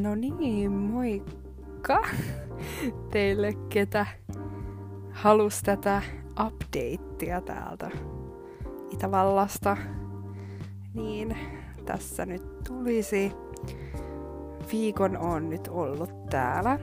No niin, moikka teille, ketä halus tätä updatea täältä Itävallasta. Niin, tässä nyt tulisi. Viikon on nyt ollut täällä.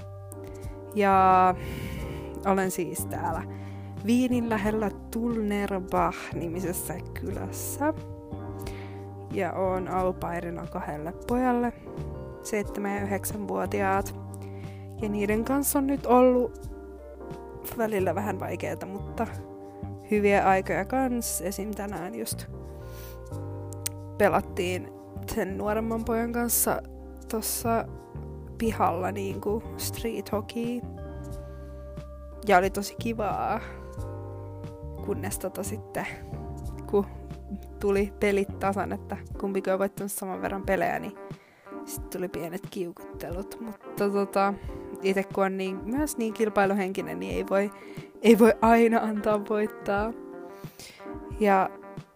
Ja olen siis täällä Wienin lähellä Tulnerbach-nimisessä kylässä. Ja oon au pairina 2 pojalle, 7- ja 9-vuotiaat. Ja niiden kanssa on nyt ollut välillä vähän vaikeeta, mutta hyviä aikoja kans. Esim. Tänään just pelattiin sen nuoremman pojan kanssa tossa pihalla niinku street hockey. Ja oli tosi kivaa, kunnes sitten kun tuli pelit tasan, että kumpikin on voittanut saman verran pelejä, niin sitten tuli pienet kiukuttelut. Mutta itse kun on myös niin kilpailuhenkinen, niin ei voi aina antaa voittaa. Ja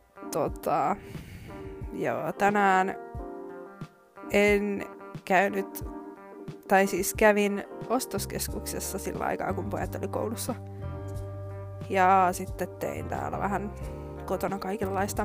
joo, tänään en käynyt, tai siis kävin ostoskeskuksessa sillä aikaa, kun pojat oli koulussa. Ja sitten tein täällä vähän kotona kaikenlaista.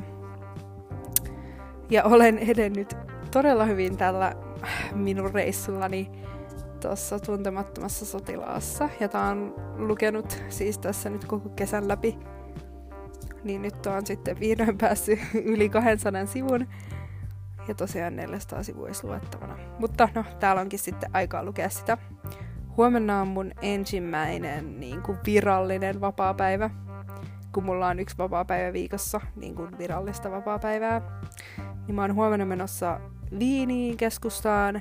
Ja olen edennyt todella hyvin tällä minun reissullani tuossa Tuntemattomassa sotilaassa. Ja tää on lukenut siis tässä nyt koko kesän läpi. Niin nyt on sitten vihdoin päässyt yli 200 sivun. Ja tosiaan 400 sivua luettavana. Mutta no, täällä onkin sitten aikaa lukea sitä. Huomenna on mun ensimmäinen virallinen vapaapäivä. Kun mulla on 1 vapaapäivä viikossa, virallista vapaapäivää. Niin mä oon huomenna menossa Wieniin keskustaan.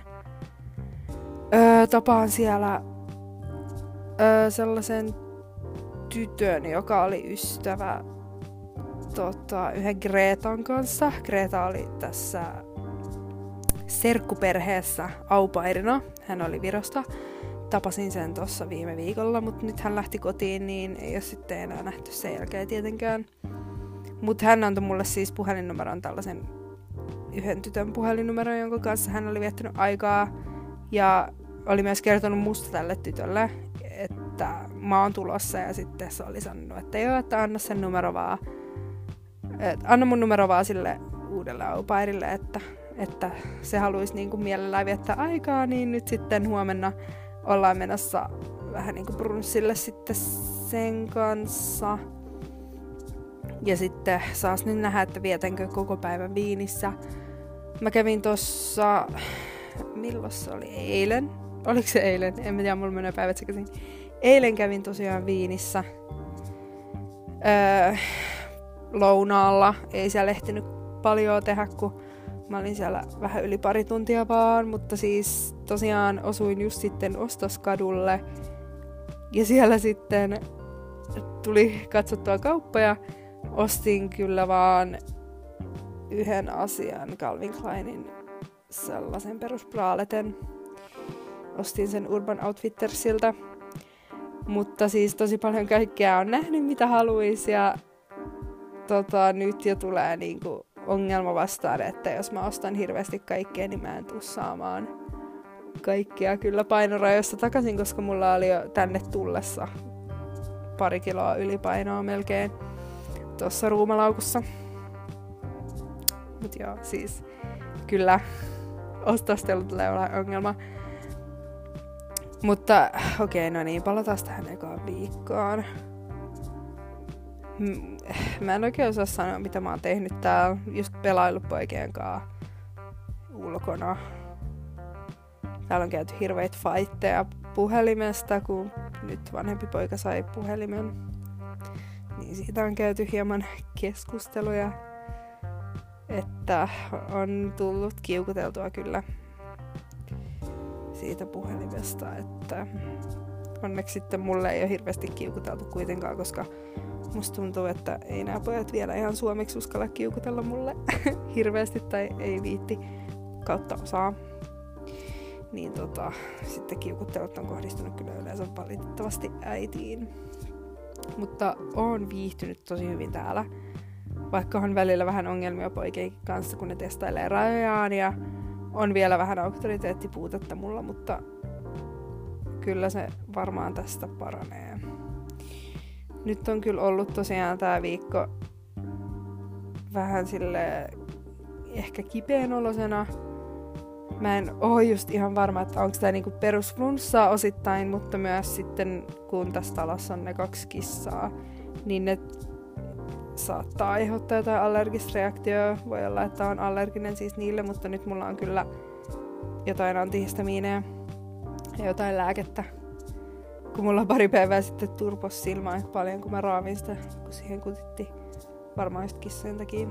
Tapaan siellä sellaisen tytön, joka oli ystävä yhden Greetan kanssa. Greeta oli tässä serkkuperheessä au pairina. Hän oli Virosta. Tapasin sen tuossa viime viikolla, mutta nyt hän lähti kotiin, niin ei ole sitten enää nähty sen jälkeen tietenkään. Mutta hän antoi mulle siis puhelinnumeron, tällaisen yhden tytön puhelinnumeron, jonka kanssa hän oli viettänyt aikaa. Ja oli myös kertonut musta tälle tytölle, että mä oon tulossa, ja sitten se oli sanonut, että joo, että anna sen numero vaan. Anna mun numero vaan sille uudelle au pairille, että se haluaisi mielellään viettää aikaa, niin nyt sitten huomenna ollaan menossa vähän brunssille sitten sen kanssa. Ja sitten saas nyt nähdä, että vietänkö koko päivän Wienissä. Mä kävin tossa, milloin se oli? Eilen? Oliko se eilen? En tiedä, mulla menee päivät sekaisin. Eilen kävin tosiaan Wienissä lounaalla. Ei siellä ehtinyt paljon tehdä, kun mä olin siellä vähän yli 2 tuntia vaan, mutta siis tosiaan osuin just sitten Ostoskadulle. Ja siellä sitten tuli katsottua kauppoja. Ostin kyllä vaan yhden asian, Calvin Kleinin sellaisen perusbraaleten. Ostin sen Urban Outfittersilta. Mutta siis tosi paljon kaikkea on nähnyt mitä haluais, ja nyt jo tulee ongelma vastaan, että jos mä ostan hirveästi kaikkea, niin mä en tuu saamaan kaikkea kyllä painorajoista takaisin, koska mulla oli jo tänne tullessa 2 kiloa ylipainoa melkein tuossa ruumalaukussa. Mut joo, siis kyllä ostostelu tulee olla ongelma. Mutta okei, no niin, palataan tähän ekaan viikkoon. Mä en oikein osaa sanoa, mitä mä oon tehnyt täällä. Just pelaillut poikien kanssa ulkona. Täällä on käyty hirveitä fightteja puhelimesta, kun nyt vanhempi poika sai puhelimen. Niin siitä on käyty hieman keskusteluja. Että on tullut kiukuteltua kyllä siitä puhelimesta. Että onneksi sitten mulle ei ole hirveästi kiukuteltu kuitenkaan, koska musta tuntuu, että ei nämä pojat vielä ihan suomeksi uskalla kiukutella mulle hirveästi tai ei viitti kautta osaa. Niin sitten kiukuttelut on kohdistunut kyllä yleensä valitettavasti äitiin. Mutta oon viihtynyt tosi hyvin täällä. Vaikka on välillä vähän ongelmia poikien kanssa, kun ne testailee rajojaan ja on vielä vähän auktoriteettipuutetta mulla, mutta kyllä se varmaan tästä paranee. Nyt on kyllä ollut tosiaan tää viikko vähän silleen ehkä kipeän olosena. Mä en oo just ihan varma, että onko tää niinku perusflunssaa osittain, mutta myös sitten kun tässä talossa on ne 2 kissaa, niin ne saattaa aiheuttaa jotain allergista reaktioa. Voi olla, että on allerginen siis niille, mutta nyt mulla on kyllä jotain antihistamiineja ja jotain lääkettä. Kun mulla pari päivää sitten turpos silmää paljon, kun mä raavin sitä, kun siihen kutitti varmaan just kissojen takia.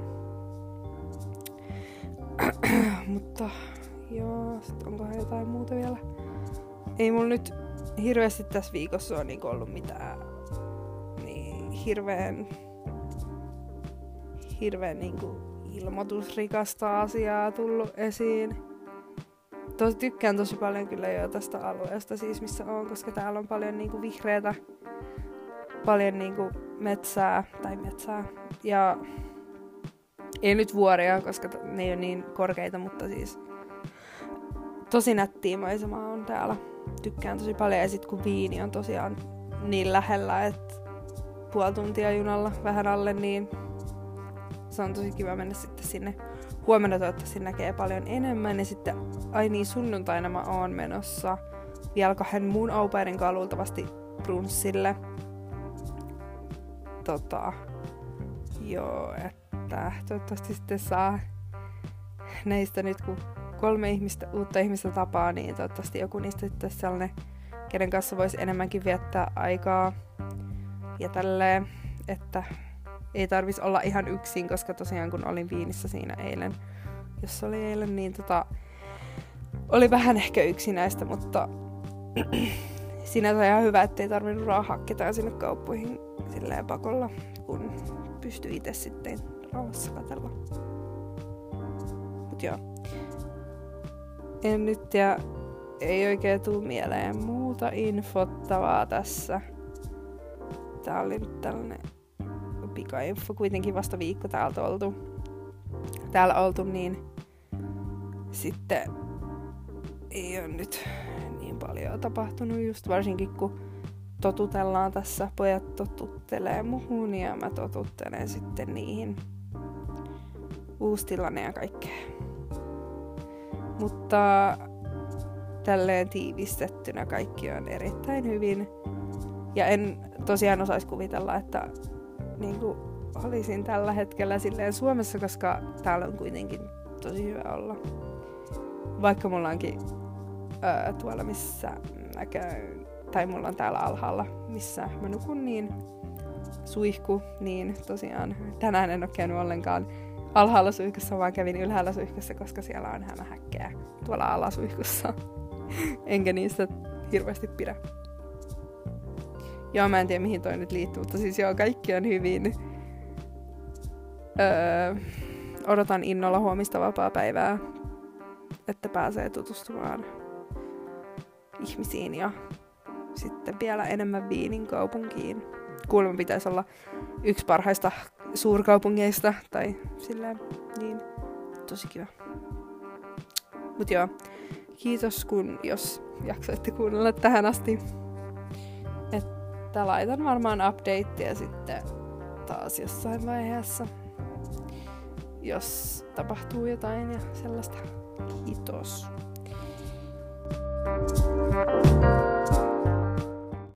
Mutta joo, sit onkohan jotain muuta vielä? Ei mulla nyt hirveästi tässä viikossa ole niinku ollut mitään niin hirveän niinku ilmoitusrikasta asiaa tullut esiin. Tykkään tosi paljon kyllä jo tästä alueesta, siis missä on, koska täällä on paljon niinku vihreätä, paljon niinku metsää, ja ei nyt vuoria, koska ne ei ole niin korkeita, mutta siis tosi nättiä maisemaa on täällä. Tykkään tosi paljon, ja sit kun Viini on tosiaan niin lähellä, että puoli tuntia junalla vähän alle, niin se on tosi kiva mennä sitten sinne. Huomenna toivottavasti näkee paljon enemmän, ja sitten sunnuntaina mä oon menossa vielä 2 muun au pairin kanssa luultavasti brunssille. Joo, että toivottavasti sitten saa näistä nyt, kun 3 uutta ihmistä tapaa, niin toivottavasti joku niistä sitten sellainen, kenen kanssa voisi enemmänkin viettää aikaa ja tälleen, että ei tarvitsisi olla ihan yksin, koska tosiaan kun olin Viinissä siinä eilen, niin oli vähän ehkä yksinäistä, mutta sinänsä on ihan hyvä, ettei tarvinnut raahaa ketään sinne kauppoihin silleen pakolla, kun pystyy itse sitten rauhassa katsella. Mut joo. En nyt tiedä, ei oikein tuu mieleen muuta infottavaa tässä. Tää oli nyt tällainen pikainfo, kuitenkin vasta viikko täällä oltu, niin sitten ei ole nyt niin paljon tapahtunut, just varsinkin kun totutellaan tässä, pojat totuttelee muhun ja mä totuttelen sitten niihin. Uusi tilanne ja kaikkea. Mutta tälleen tiivistettynä kaikki on erittäin hyvin. Ja en tosiaan osaisi kuvitella, että niinku olisin tällä hetkellä silleen Suomessa, koska täällä on kuitenkin tosi hyvä olla. Vaikka mulla onkin tuolla missä mä käyn, tai mulla on täällä alhaalla, missä mä nukun, niin suihku, niin tosiaan tänään en ole käynyt ollenkaan alhaalla suihkussa, vaan kävin ylhäällä suihkussa, koska siellä on hämähäkkejä tuolla alasuihkussa. Enkä niistä hirveästi pidä. Joo, mä en tiedä mihin toi nyt liittyy, mutta siis joo, kaikki on hyvin. Odotan innolla huomista vapaapäivää, että pääsee tutustumaan ihmisiin ja sitten vielä enemmän Viinin kaupunkiin. Kuulemma pitäisi olla yksi parhaista suurkaupungeista, tai silleen, niin tosi kiva. Mut joo, kiitos jos jaksoitte kuunnella tähän asti. Että laitan varmaan updatea sitten taas jossain vaiheessa, jos tapahtuu jotain ja sellaista.